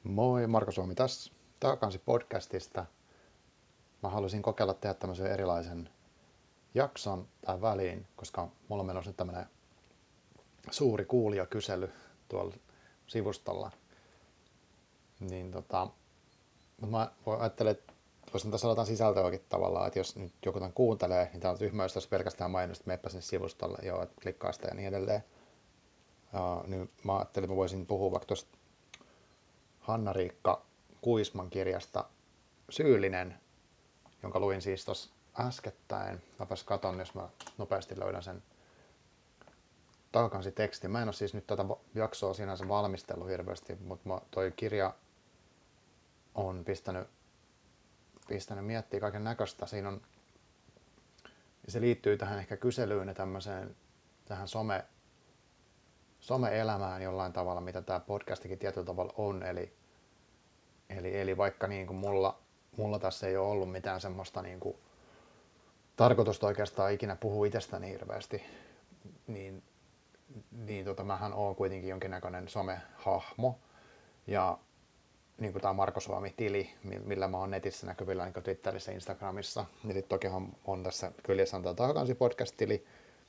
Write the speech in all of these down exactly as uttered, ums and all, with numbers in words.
Moi, Marko Suomi tässä Taakansi podcastista. Mä haluaisin kokeilla tehdä tämmöisen erilaisen jakson tai väliin, koska mulla on menossa nyt tämmönen suuri kuulijakysely tuolla sivustolla. Niin tota, mutta mä ajattelen, että voisin tässä olla jotain sisältöäkin tavallaan, että jos nyt joku tämän kuuntelee, niin tää on tyhmä, jos tässä pelkästään mainos, että meppä sinne sivustolle, joo, että klikkaa sitä ja niin edelleen. Ja, niin mä ajattelin, että mä voisin puhua vaikka tuosta Hanna-Riikka Kuisman kirjasta Syyllinen, jonka luin siis tuossa äskettäin. Mäpäs katon, jos mä nopeasti löydän sen Taakansi tekstin. Mä en ole siis nyt tätä jaksoa sinänsä valmistellut hirveästi, mutta mä, toi kirja on pistänyt, pistänyt miettiä kaiken näköistä. Siinä on, se liittyy tähän ehkä kyselyyn ja tämmöiseen tähän some, some-elämään jollain tavalla, mitä tämä podcastikin tietyllä tavalla on. Eli, eli, eli vaikka niin kuin mulla, mulla tässä ei ole ollut mitään semmoista niin kuin tarkoitusta oikeastaan ikinä puhua itsestäni hirveästi, niin, niin tota, mähän oon kuitenkin jonkinnäköinen somehahmo. Ja niin kuin tämä Marko Suomi-tili, millä mä oon netissä näkyvillä niin Twitterissä ja Instagramissa. Ja sitten tokihan on tässä kyljessä on tämä Taakansi podcast-tili,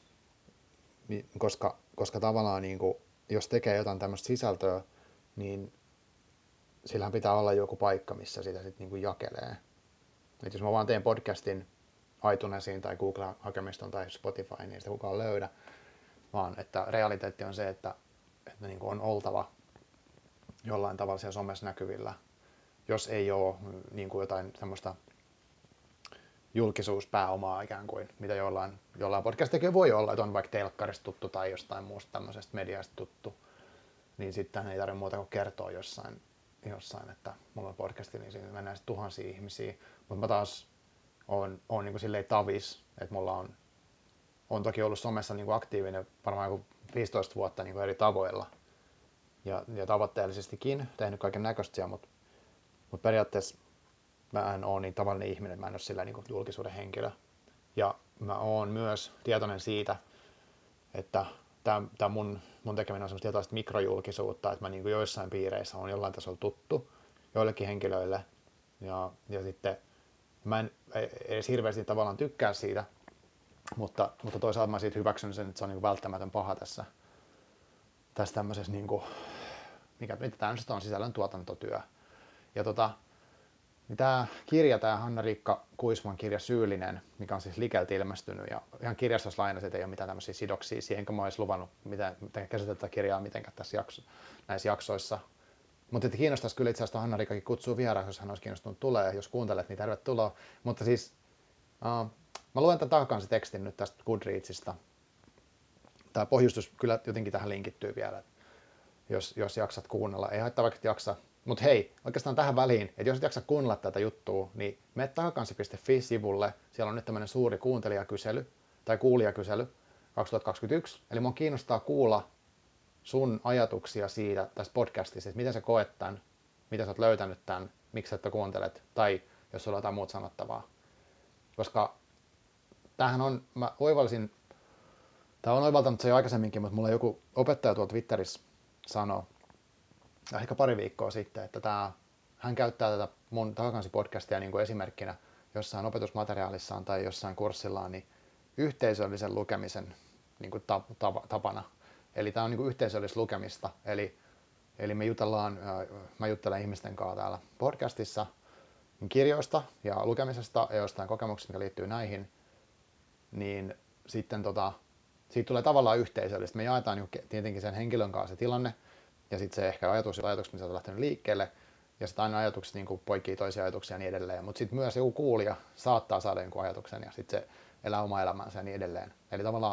koska, koska tavallaan niin kuin, jos tekee jotain tämmöistä sisältöä, niin sillähän pitää olla joku paikka, missä sitä sitten niin kuin jakelee. Et jos mä vaan teen podcastin iTunesiin tai Google-hakemiston tai Spotify, niin ei sitä kukaan löydä, vaan että realiteetti on se, että, että niin kuin on oltava jollain tavalla siellä somessa näkyvillä, jos ei ole niin kuin jotain semmoista julkisuuspääomaa ikään kuin, mitä jollain, jollain podcastikin voi olla, että on vaikka telkkarista tuttu tai jostain muusta tämmöisestä mediasta tuttu, niin sitten ei tarvitse muuta kuin kertoa jossain, jossain että mulla on podcasti, niin siinä mennään sitten tuhansia ihmisiä, mutta mä taas oon, oon niin kuin silleen tavis, että mulla on, on toki ollut somessa niin kuin aktiivinen varmaan joku viisitoista vuotta niin kuin eri tavoilla, ja, ja tavoitteellisestikin tehnyt kaiken näköistä, mutta, mutta periaatteessa mä en ole niin tavallinen ihminen, että mä en ole sillä niin kuin julkisuuden henkilö. Ja mä oon myös tietoinen siitä, että tämä mun, mun tekeminen on semmoista tietoista mikrojulkisuutta, että mä niin kuin joissain piireissä on jollain tasolla tuttu joillekin henkilöille. Ja, ja sitten mä en edes hirveästi tavallaan tykkää siitä, mutta, mutta toisaalta mä siitä hyväksyn sen, että se on niin kuin välttämätön paha tässä, tässä tämmöisessä, niin kuin, mikä, mitä tämä nyt on, sisällön tuotantotyö. Ja tota, niin tämä kirja, tämä Hanna-Riikka Kuisman kirja Syyllinen, mikä on siis Likeltä ilmestynyt, ja ihan kirjastossa lainasit, että ei ole mitään tämmöisiä sidoksia siihen, enkä mä olisi luvannut mitään, mitään käsitellä tätä kirjaa mitenkään tässä jakso, näissä jaksoissa. Mutta että kiinnostaisi kyllä itse asiassa Hanna-Riikkakin kutsua vieraaksi, jos hän olisi kiinnostunut tulee, jos kuuntelet, niin tervetuloa. Mutta siis uh, mä luen tämän Taakansi tekstin nyt tästä Goodreadsista. Tämä pohjustus kyllä jotenkin tähän linkittyy vielä, jos, jos jaksat kuunnella. Ei haittaa vaikka jaksa. Mutta hei, oikeastaan tähän väliin, että jos et jaksa kuunnella tätä juttua, niin mene taakansi piste fi-sivulle. Siellä on nyt tämmöinen suuri kuuntelijakysely, tai kuulijakysely kaksituhattakaksikymmentäyksi. Eli mua kiinnostaa kuulla sun ajatuksia siitä tästä podcastista, että miten sä koet tämän, mitä sä oot löytänyt tämän, miksi sä et kuuntelet, tai jos sulla on jotain muuta sanottavaa. Koska tämähän on, mä oivallisin, tää on oivaltanut se jo aikaisemminkin, mutta mulla joku opettaja tuolla Twitterissä sanoi, ehkä pari viikkoa sitten, että tämä, hän käyttää tätä mun Taakansi-podcastia niin kuin esimerkkinä jossain opetusmateriaalissaan tai jossain kurssillaan niin yhteisöllisen lukemisen niin kuin tap, tap, tapana. Eli tämä on niin kuin yhteisöllistä lukemista. Eli, eli me jutellaan, mä juttelen ihmisten kanssa täällä podcastissa kirjoista ja lukemisesta ja jostain kokemuksista, mikä liittyy näihin. Niin sitten tota, siitä tulee tavallaan yhteisöllistä. Me jaetaan niin tietenkin sen henkilön kanssa se tilanne. Ja sitten se ehkä ajatus ja ajatukset, mitä on lähtenyt liikkeelle. Ja sitten aina ajatukset niin kuin poikii toisia ajatuksia ja niin edelleen. Mutta sitten myös joku kuulija saattaa saada jonkun ajatuksen ja sitten se elää omaa elämäänsä ja niin edelleen. Eli tavallaan,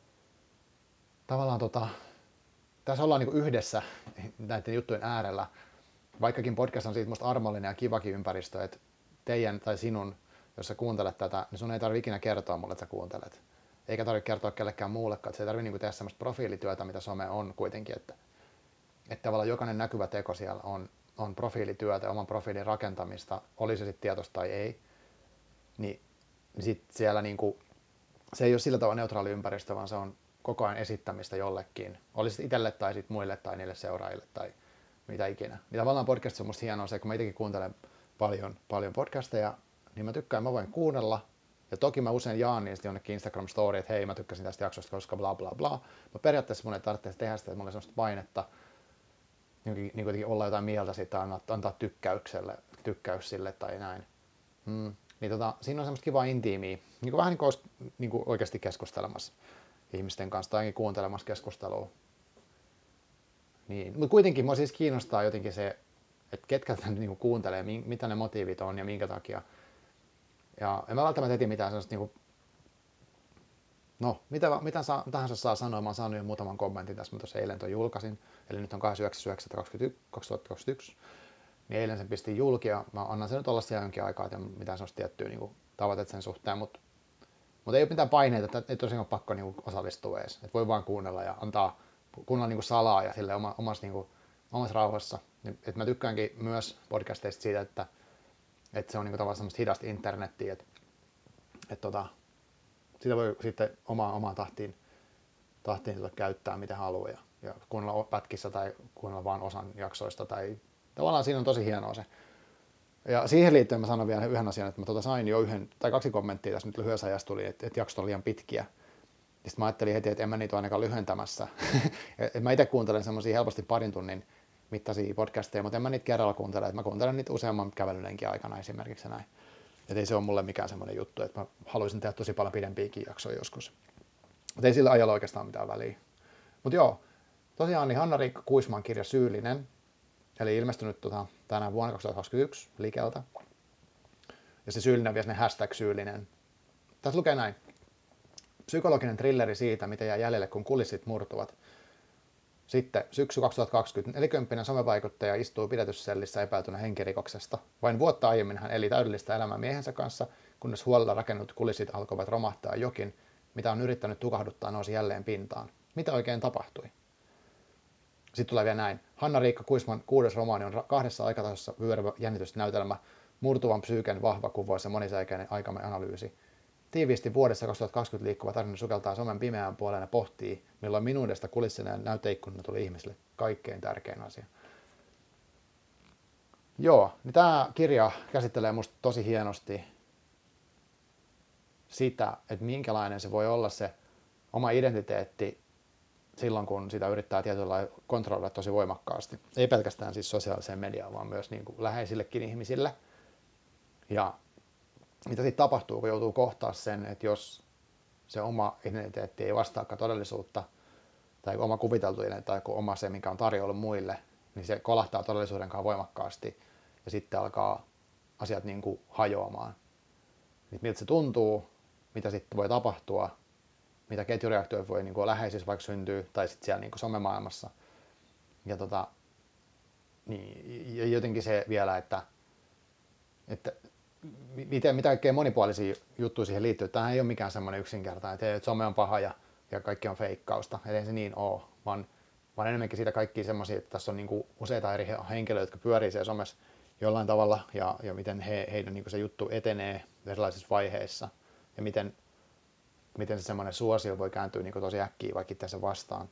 tavallaan tota, tässä ollaan niin kuin yhdessä näiden juttujen äärellä. Vaikkakin podcast on siitä musta armollinen ja kivakin ympäristö, että teidän tai sinun, jos sä kuuntelet tätä, niin sun ei tarvitse ikinä kertoa mulle, että sä kuuntelet. Eikä tarvitse kertoa kellekään muullekaan. Että se ei tarvitse niin tehdä semmoista profiilityötä, mitä some on kuitenkin. Että Että tavallaan jokainen näkyvä teko siellä on, on profiilityötä, oman profiilin rakentamista, oli se sitten tietoista tai ei, niin sit siellä niinku, se ei ole sillä tavalla neutraali ympäristö, vaan se on koko ajan esittämistä jollekin, oli se itselle tai sit muille tai niille seuraajille tai, mitä ikinä. Niin tavallaan podcast on musta hienoa se, kun mä itsekin kuuntelen paljon, paljon podcasteja, niin mä tykkään, mä voin kuunnella. Ja toki mä usein jaan niistä jonnekin Instagram story, että hei, mä tykkäsin tästä jaksosta, koska bla bla bla. Mutta periaatteessa mun ei tarvitse tehdä sitä, että mulla on sellaista painetta niin kuitenkin olla jotain mieltä siitä, antaa, antaa tykkäykselle, tykkäys sille tai näin. Mm. Niin tota, siinä on semmoista kivaa intiimiä, niin kuin vähän niin kuin olisi niin kuin oikeasti keskustelemassa ihmisten kanssa tai kuuntelemassa keskustelua. Niin. Mutta kuitenkin mua siis kiinnostaa jotenkin se, että ketkä tätä niin kuin kuuntelee, mitä ne motiivit on ja minkä takia. Ja en mä välttämättä eti mitään sellaista, niin kuin, no mitä, mitä saa, tahansa saa sanoa, mä oon saanut jo muutaman kommentin tässä, mä tuossa eilen ton julkaisin, eli nyt on kahdeskymmenesyhdeksäs yhdeksättä kaksituhattakaksikymmentäyksi, niin eilen sen pistin julki ja mä annan sen nyt olla siellä jonkin aikaa, että mitään sellaista tiettyä niin kuin, tavoitetta sen suhteen, mutta mut ei ole mitään paineita, että ei tosiaan ole pakko niin kuin, osallistua edes, että voi vaan kuunnella ja antaa kuunnella niin kuin salaa ja sille oma, omassa, niin kuin, omassa rauhassa. Et mä tykkäänkin myös podcasteista siitä, että, että se on niin kuin, tavallaan semmoista hidasta internettiä, että, että tota, sitä voi sitten omaan, omaan tahtiin, tahtiin sitä käyttää mitä haluaa ja, ja kuunnella pätkissä tai kuunnella vain osan jaksoista. Tai, tavallaan siinä on tosi hienoa se. Ja siihen liittyen mä sanon vielä yhden asian, että mä tota sain jo yhden tai kaksi kommenttia tässä nyt lyhyessä ajassa tuli, että, että jaksot on liian pitkiä. Ja sitten mä ajattelin heti, että en mä niitä ole ainakaan lyhentämässä. Mä itse kuuntelen semmoisia helposti parin tunnin mittaisia podcasteja, mutta en mä niitä kerralla kuuntele. Että mä kuuntelen niitä useamman kävelylenkin aikana esimerkiksi näin. Että ei se ole mulle mikään semmoinen juttu, että mä haluaisin tehdä tosi paljon pidempiäkin jaksoja joskus. Mutta ei sillä ajalla oikeastaan mitään väliä. Mutta joo, tosiaan niin Hanna-Riikka Kuisman kirja Syyllinen, eli ilmestynyt tota, tänä vuonna kaksituhattakaksikymmentäyksi Likeltä. Ja se syyllinen on vielä sinne hashtag syyllinen. Tässä lukee näin. Psykologinen thrilleri siitä, mitä jää jäljelle, kun kulissit murtuvat. Sitten syksy kaksituhattakaksikymmentä nelikymppinen somevaikuttaja istuu pidätyssellissä epäiltynä henkirikoksesta. Vain vuotta aiemmin hän eli täydellistä elämää miehensä kanssa, kunnes huolella rakennut kulissit alkoivat romahtaa jokin, mitä on yrittänyt tukahduttaa, nousi jälleen pintaan. Mitä oikein tapahtui? Sitten tulee vielä näin. Hanna-Riikka Kuisman kuudes romaani on kahdessa aikatasossa vyöryvä jännitysnäytelmä, murtuvan psyyken vahva kuvaus ja monisäikeinen aikamme analyysi. Tiiviisti vuodessa kaksituhattakaksikymmentä liikkuva tarina sukeltaa somen pimeään puoleen ja pohtii, milloin minuudesta kulissina ja näyteikkunina tuli ihmisille kaikkein tärkein asia. Joo, niin tämä kirja käsittelee musta tosi hienosti sitä, että minkälainen se voi olla se oma identiteetti silloin, kun sitä yrittää tietyllä lailla kontrolloida tosi voimakkaasti. Ei pelkästään siis sosiaaliseen mediaan, vaan myös niin kuin läheisillekin ihmisille. Ja mitä sitten tapahtuu, kun joutuu kohtaa sen, että jos se oma identiteetti ei vastaakaan todellisuutta, tai oma kuviteltu identiteetti, tai oma se, mikä on tarjoillut muille, niin se kolahtaa todellisuuden kanssa voimakkaasti, ja sitten alkaa asiat niin kuin hajoamaan. Niin miltä se tuntuu, mitä sitten voi tapahtua, mitä ketjureaktioita voi niin kuin läheisissä vaikka syntyä, tai sitten siellä niin kuin somemaailmassa. Ja, tota, niin, ja jotenkin se vielä, että, että miten, mitä kaikkea monipuolisia juttuja siihen liittyy. Tämä ei ole mikään semmoinen yksinkertainen, että, että some on paha ja, ja kaikki on feikkausta. Ei se niin ole, vaan, vaan enemmänkin siitä kaikkia semmoisia, että tässä on niin kuin useita eri henkilöitä, jotka pyörii siellä somessa jollain tavalla ja, ja miten he, heidän niin kuin se juttu etenee erilaisissa vaiheissa ja miten, miten se semmoinen suosio voi kääntyä niin kuin tosi äkkiä vaikka itse vastaan.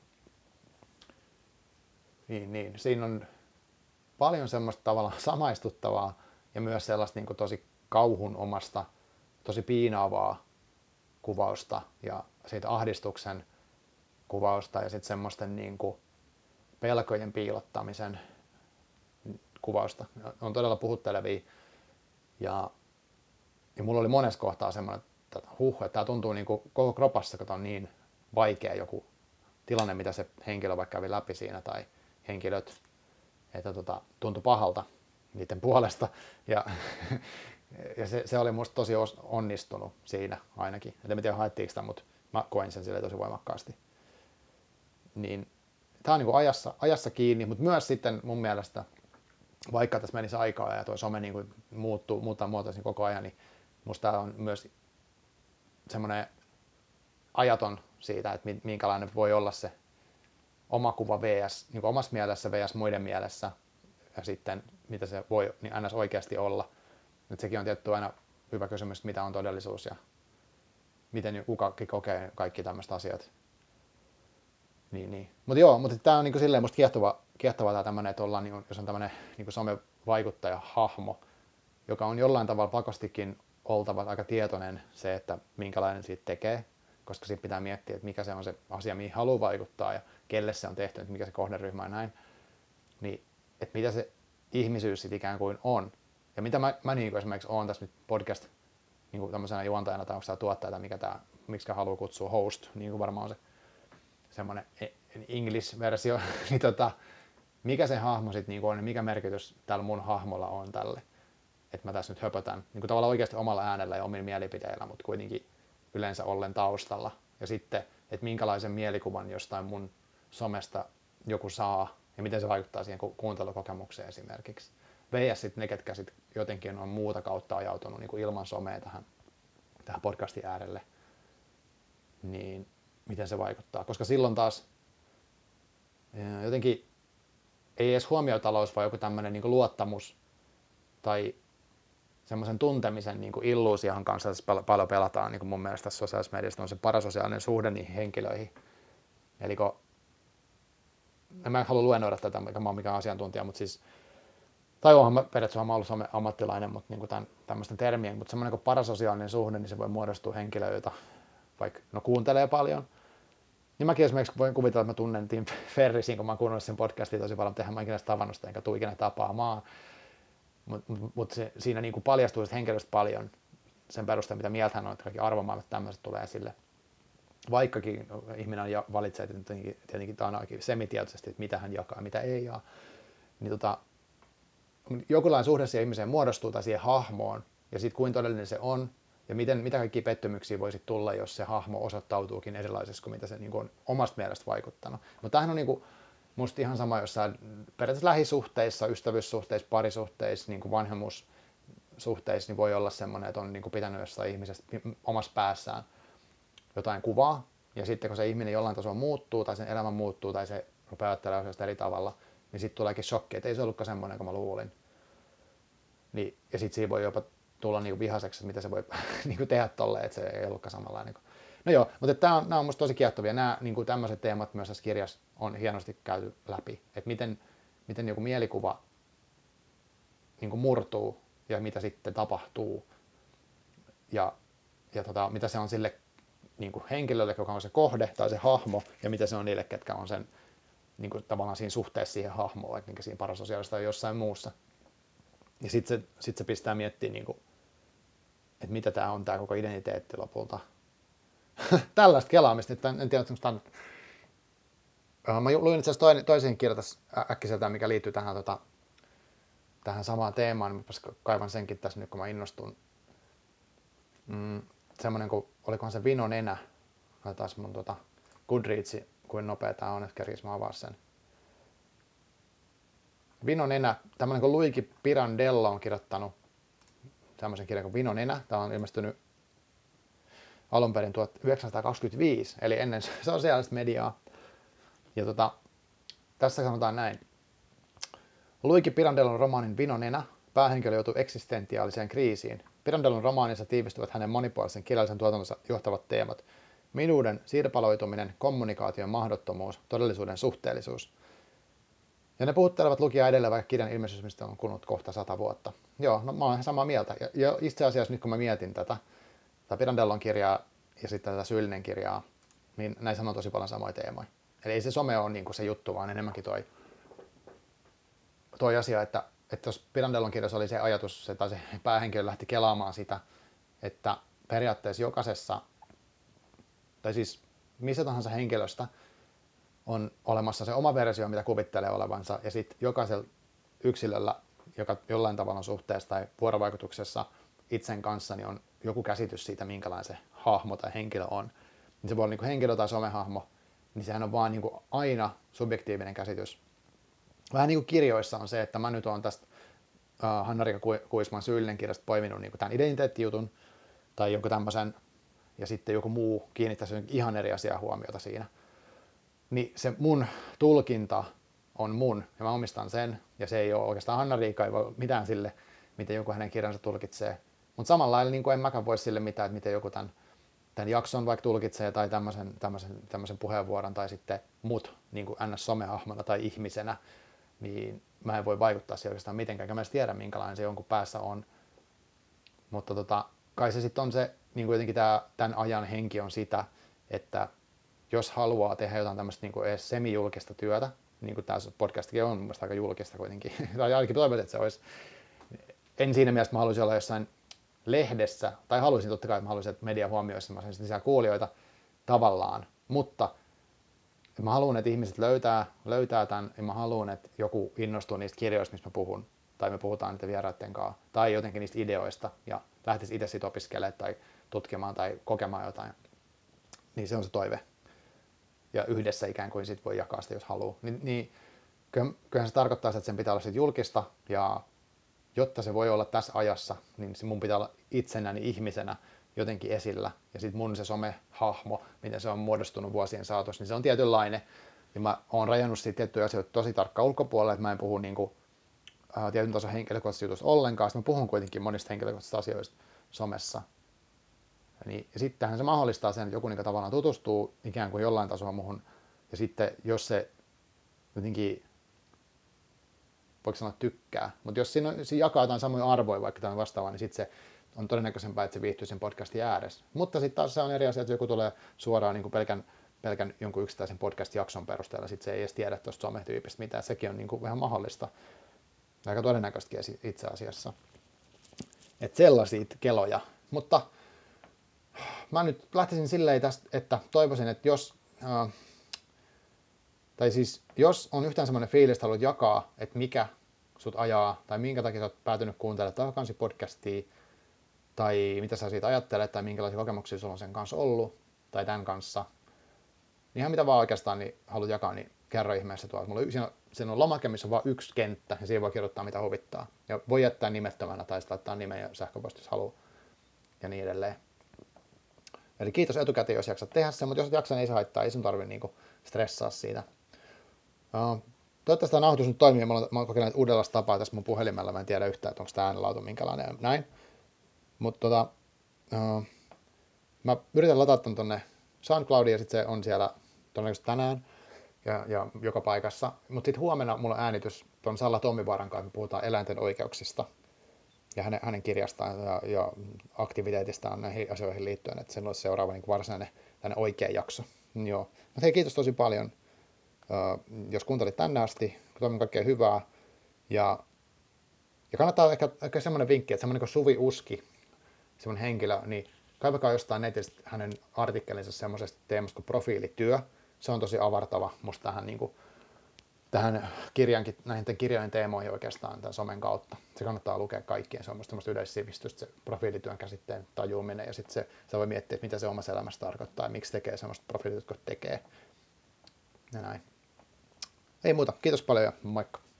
Niin, niin. Siinä on paljon semmoista tavallaan samaistuttavaa ja myös sellaista niin kuin tosi kauhun omasta, tosi piinaavaa kuvausta ja siitä ahdistuksen kuvausta ja sitten semmoisten niin kuin pelkojen piilottamisen kuvausta. On todella puhuttelevia ja, ja mulla oli monessa kohtaa semmoinen, että huh, että tämä tuntuu niin kuin koko kropassa, kun on niin vaikea joku tilanne, mitä se henkilö vaikka kävi läpi siinä tai henkilöt, että tota, tuntui pahalta niiden puolesta ja, ja se, se oli musta tosi onnistunut siinä ainakin. En tiedä haettiinko sitä, mutta mä koin sen sille tosi voimakkaasti. Niin, tää on niin kuin ajassa, ajassa kiinni, mutta myös sitten mun mielestä, vaikka tässä menisi aikaa ja tuo some niin kuin muuttuu, muuttaa muotoisin koko ajan, niin musta tää on myös semmoinen ajaton siitä, että minkälainen voi olla se oma kuva vs. Niin kuin omassa mielessä vs. muiden mielessä ja sitten mitä se voi niin ns. Oikeasti olla. Nyt sekin on tietty aina hyvä kysymys, mitä on todellisuus ja miten kukakin kokee kaikki tämmöiset asiat. Niin, niin. Mutta joo, mutta tämä on niinku silleen musta kiehtova, kiehtovaa tämä tämmöinen, että ollaan, niinku, jos on tämmöinen niinku somevaikuttaja-hahmo, joka on jollain tavalla pakostikin oltava aika tietoinen se, että minkälainen siitä tekee, koska siitä pitää miettiä, että mikä se on se asia, mihin haluaa vaikuttaa ja kelle se on tehty, että mikä se kohderyhmä on näin. Niin, että mitä se ihmisyys sitten ikään kuin on. Ja mitä mä, mä niin kuin esimerkiksi oon tässä nyt podcast niin kuin tämmöisenä juontajana tai onko tämä tuottaja tai mikä tämä, miksi haluaa kutsua host, niin kuin varmaan on se semmoinen English-versio, niin tota, mikä se hahmo sitten niin on ja mikä merkitys tällä mun hahmolla on tälle. Että mä tässä nyt höpötän niin kuin tavallaan oikeasti omalla äänellä ja omin mielipiteillä, mutta kuitenkin yleensä ollen taustalla. Ja sitten, että minkälaisen mielikuvan jostain mun somesta joku saa ja miten se vaikuttaa siihen ku- kuuntelukokemukseen esimerkiksi. V S sitten ne, ketkä sit jotenkin on muuta kautta ajautunut niin kuin ilman somea tähän, tähän podcastin äärelle, niin miten se vaikuttaa. Koska silloin taas jotenkin ei edes huomiotalous, vaan joku tämmöinen niin kuin luottamus tai semmoisen tuntemisen niin kuin illuusion kanssa tässä pal- paljon pelataan. Niin kuin mun mielestä tässä sosiaalisessa mediassa on se parasosiaalinen suhde niihin henkilöihin. Eli kun, en mä halua luennoida tätä, mikä mä oon mikään asiantuntija, mutta siis, tai oonhan mä periaatteessa mä ollut ammattilainen, mutta niin kuin tämän, tämmöisten termien, mutta semmoinen kuin parasosiaalinen suhde, niin se voi muodostua henkilöiltä, vaikka no kuuntelee paljon. Niin mäkin esimerkiksi voin kuvitella, että mä tunnen Tim Ferrisin, kun mä oon kuunnellut sen podcastin tosi paljon, mutta eihän mä ikinä tavannut sitä, enkä tule ikinä tapaamaan. Mutta mut, mut siinä niinku paljastuu henkilöstä paljon sen perusteella, mitä mieltä hän on, että kaikki arvomaailmat tämmöiset tulee esille. Vaikkakin ihminen valitsee tietenkin, tietenkin ainakin semitietoisesti, että mitä hän jakaa ja mitä ei jaa. Niin tota, jokinlainen suhde siihen ihmiseen muodostuu tai siihen hahmoon, ja sitten kuinka todellinen se on, ja miten, mitä kaikkia pettymyksiä voisi tulla, jos se hahmo osoittautuukin erilaisessa kuin mitä se niin kuin on omasta mielestä vaikuttanut. Mutta tämähän on niin kuin, musta ihan sama jossain periaatteessa lähisuhteissa, ystävyyssuhteissa, parisuhteissa, niin kuin vanhemmuussuhteissa, niin voi olla semmoinen, että on niin kuin pitänyt jossain ihmisestä omassa päässään jotain kuvaa, ja sitten kun se ihminen jollain tasolla muuttuu, tai sen elämä muuttuu, tai se rupeaa ajattelemaan asioista eri tavalla, niin sitten tuleekin shokki, että ei se ollutkaan semmoinen kuin mä luulin. Niin, ja sitten siinä voi jopa tulla niinku vihaseksi, että mitä se voi niinku tehdä tolleen, että se ei ollutkaan samanlainen. No joo, mutta tämä on, nämä on musta tosi kiehtovia. Nämä niinku tämmöiset teemat myös tässä kirjassa on hienosti käyty läpi. Että miten, miten joku mielikuva niinku murtuu ja mitä sitten tapahtuu. Ja, ja tota, mitä se on sille niinku henkilölle, joka on se kohde tai se hahmo, ja mitä se on niille, ketkä on sen niinku, tavallaan siinä suhteessa siihen hahmoon, vaikka siinä parasosiaalista tai jossain muussa. Ja sitten se, sit se pistää miettimään, niinku, että mitä tämä on, tämä koko identiteetti lopulta. Tällaista kelaamista, että en tiedä, onko tämä... Mä luin itse asiassa toisen kirjan äkkiseltään, mikä liittyy tähän, tota, tähän samaan teemaan, niin mä kaivan senkin tässä nyt, kun mä innostun. Mm, semmoinen kuin, olikohan se Vino Nenä, taas mun tota, Goodreadsi, kuin nopea tää on, että kerkis mä avaa sen. Vino Nenä, tämmöinen kuin Luigi Pirandello on kirjoittanut tämmöisen kirjan kuin Vino Nenä. Tämä on ilmestynyt alun perin tuhatyhdeksänsataakaksikymmentäviisi, eli ennen sosiaalista mediaa. Ja tota, tässä sanotaan näin. Luigi Pirandellon romaanin Vino Nenä päähenkilö joutuu eksistentiaaliseen kriisiin. Pirandellon romaanissa tiivistyvät hänen monipuolisen kirjallisen tuotantonsa johtavat teemat. Minuuden sirpaloituminen, kommunikaation mahdottomuus, todellisuuden suhteellisuus. Ja ne puhuttelevat lukijaa edelleen, vaikka kirjan ilmestymistä on kulunut kohta sata vuotta. Joo, no mä oon ihan samaa mieltä. Ja, ja itse asiassa nyt kun mä mietin tätä, tätä Pirandellon kirjaa ja sitten tätä Syyllinen kirjaa, niin näissä on tosi paljon samoja teemoja. Eli ei se some ole niin kuin se juttu, vaan enemmänkin toi, toi asia, että, että jos Pirandellon kirjassa oli se ajatus, tai se päähenkilö lähti kelaamaan sitä, että periaatteessa jokaisessa, tai siis missä tahansa henkilöstä, on olemassa se oma versio, mitä kuvittelee olevansa, ja sitten jokaisella yksilöllä, joka jollain tavalla on suhteessa tai vuorovaikutuksessa itsen kanssa, niin on joku käsitys siitä, minkälainen se hahmo tai henkilö on. Niin se voi olla niin kuin henkilö tai somehahmo, niin sehän on vaan niin kuin aina subjektiivinen käsitys. Vähän niin kuin kirjoissa on se, että mä nyt oon tästä uh, Hanna-Riikka Kuisman Syyllinen kirjasta poiminut niin kuin tämän identiteettijutun tai jonkun tämmöisen, ja sitten joku muu kiinnittäisi ihan eri asiaa huomiota siinä. Niin se mun tulkinta on mun, ja mä omistan sen, ja se ei ole oikeastaan Hanna-Riikka, ei voi mitään sille, miten joku hänen kirjansa tulkitsee. Mutta samalla lailla niin en mäkään voi sille mitään, että miten joku tämän tämän jakson vaikka tulkitsee tai tämmöisen, tämmöisen, tämmöisen puheenvuoron tai sitten mut niin kuin ns. Somehahmona tai ihmisenä, niin mä en voi vaikuttaa siihen oikeastaan mitenkään. Mä en tiedä, minkälainen se jonkun päässä on. Mutta tota, kai se sitten on se, niin kuin jotenkin tää, tämän ajan henki on sitä, että jos haluaa tehdä jotain tämmöistä niin kuin edes semi-julkista työtä, niin kuin tämä podcastikin on mun mielestä aika julkista kuitenkin, tai ainakin toivon, että se olisi. En siinä mielessä, että mä haluaisin olla jossain lehdessä, tai haluaisin totta kai, että mä haluaisin, että media huomioisi lisää kuulijoita tavallaan, mutta mä haluan, että ihmiset löytää, löytää tämän, ja mä haluan, että joku innostuu niistä kirjoista, mistä mä puhun, tai me puhutaan niiden vieraiden kanssa, tai jotenkin niistä ideoista, ja lähtisi itse siitä opiskelemaan, tai tutkimaan, tai kokemaan jotain. Niin se on se toive. Ja yhdessä ikään kuin sit voi jakaa sitä, jos haluaa. Ni, niin kyllähän se tarkoittaa, että sen pitää olla sit julkista, ja jotta se voi olla tässä ajassa, niin mun pitää olla itsenäni ihmisenä jotenkin esillä. Ja sitten mun se somehahmo, miten se on muodostunut vuosien saatossa, niin se on tietynlainen. Ja mä oon rajannut siitä tiettyjä asioita tosi tarkkaan ulkopuolelle, että mä en puhu niinku, ää, tietyn tason henkilökohtaisista jutuista ollenkaan. Sitten mä puhun kuitenkin monista henkilökohtaisista asioista somessa. Ja, niin, ja sittenhän se mahdollistaa sen, että joku niin tavallaan tutustuu ikään kuin jollain tasolla muhun. Ja sitten jos se jotenkin, voiko sanoa tykkää, mutta jos siinä, on, siinä jakaa jotain samoja arvoja vaikka tämän vastaavaa, niin sitten se on todennäköisempää, että se viihtyy sen podcastin ääressä. Mutta sitten taas se on eri asia, että joku tulee suoraan niin kuin pelkän, pelkän jonkun yksittäisen podcast-jakson perusteella, sitten se ei edes tiedä tuosta sometyypistä mitään. Sekin on niin kuin vähän mahdollista, aika todennäköistäkin itse asiassa. Että sellaisia keloja. Mutta mä nyt lähtisin silleen tästä, että toivoisin, että jos, äh, tai siis jos on yhtään semmoinen fiilis, että haluat jakaa, että mikä sut ajaa, tai minkä takia sä oot päätynyt kuuntelemaan Takakansi podcastia, tai mitä sä siitä ajattelet, tai minkälaisia kokemuksia sulla on sen kanssa ollut, tai tämän kanssa. Niin ihan mitä vaan oikeastaan niin haluat jakaa, niin kerro ihmeessä tuolla. Mulla on, siinä, on, siinä on lomake, missä on vain yksi kenttä, ja siihen voi kirjoittaa mitä huvittaa. Ja voi jättää nimettömänä, tai sitten laittaa nimen ja sähköposti, jos haluaa, ja niin edelleen. Eli kiitos etukäteen, jos jaksat tehdä sen, mutta jos et jaksa, niin ei se haittaa, ei sun tarvitse niinku stressaa siitä. Uh, toivottavasti tämä nauhoitus nyt toimii, mä oon, mä oon kokeillut uudenlaista tapaa tässä mun puhelimella, mä en tiedä yhtään, että onko tämä äänenlaatu minkälainen ja näin. Mutta tota, uh, mä yritän latata ton tonne SoundCloudiin ja sitten se on siellä todennäköisesti tänään ja, ja joka paikassa. Mutta sitten huomenna mulla on äänitys tuon Salla Tommivaaran kanssa, me puhutaan eläinten oikeuksista ja hänen, hänen kirjastaan ja, ja aktiviteetistaan näihin asioihin liittyen, että sen olisi seuraava niin varsinainen tänne oikea jakso. Joo. Mutta hei, kiitos tosi paljon, uh, jos kuuntelit tänne asti, toivon kaikkea hyvää. Ja, ja kannattaa ehkä, ehkä semmoinen vinkki, että semmoinen kuin Suvi Uski, semmoinen henkilö, niin kaivakaa jostain netistä hänen artikkelinsa semmoisesta teemasta kuin profiilityö. Se on tosi avartava musta tähän, niin kuin, tähän kirjankin, näihin kirjojen teemoihin oikeastaan tämän somen kautta. Se kannattaa lukea kaikkien. Se on musta semmoista yleissivistystä, se profiilityön käsitteen tajuuminen. Ja sitten se, se voi miettiä, että mitä se omassa elämässä tarkoittaa ja miksi tekee semmoista profiilityötä, kun tekee. Ja näin. Ei muuta. Kiitos paljon ja moikka.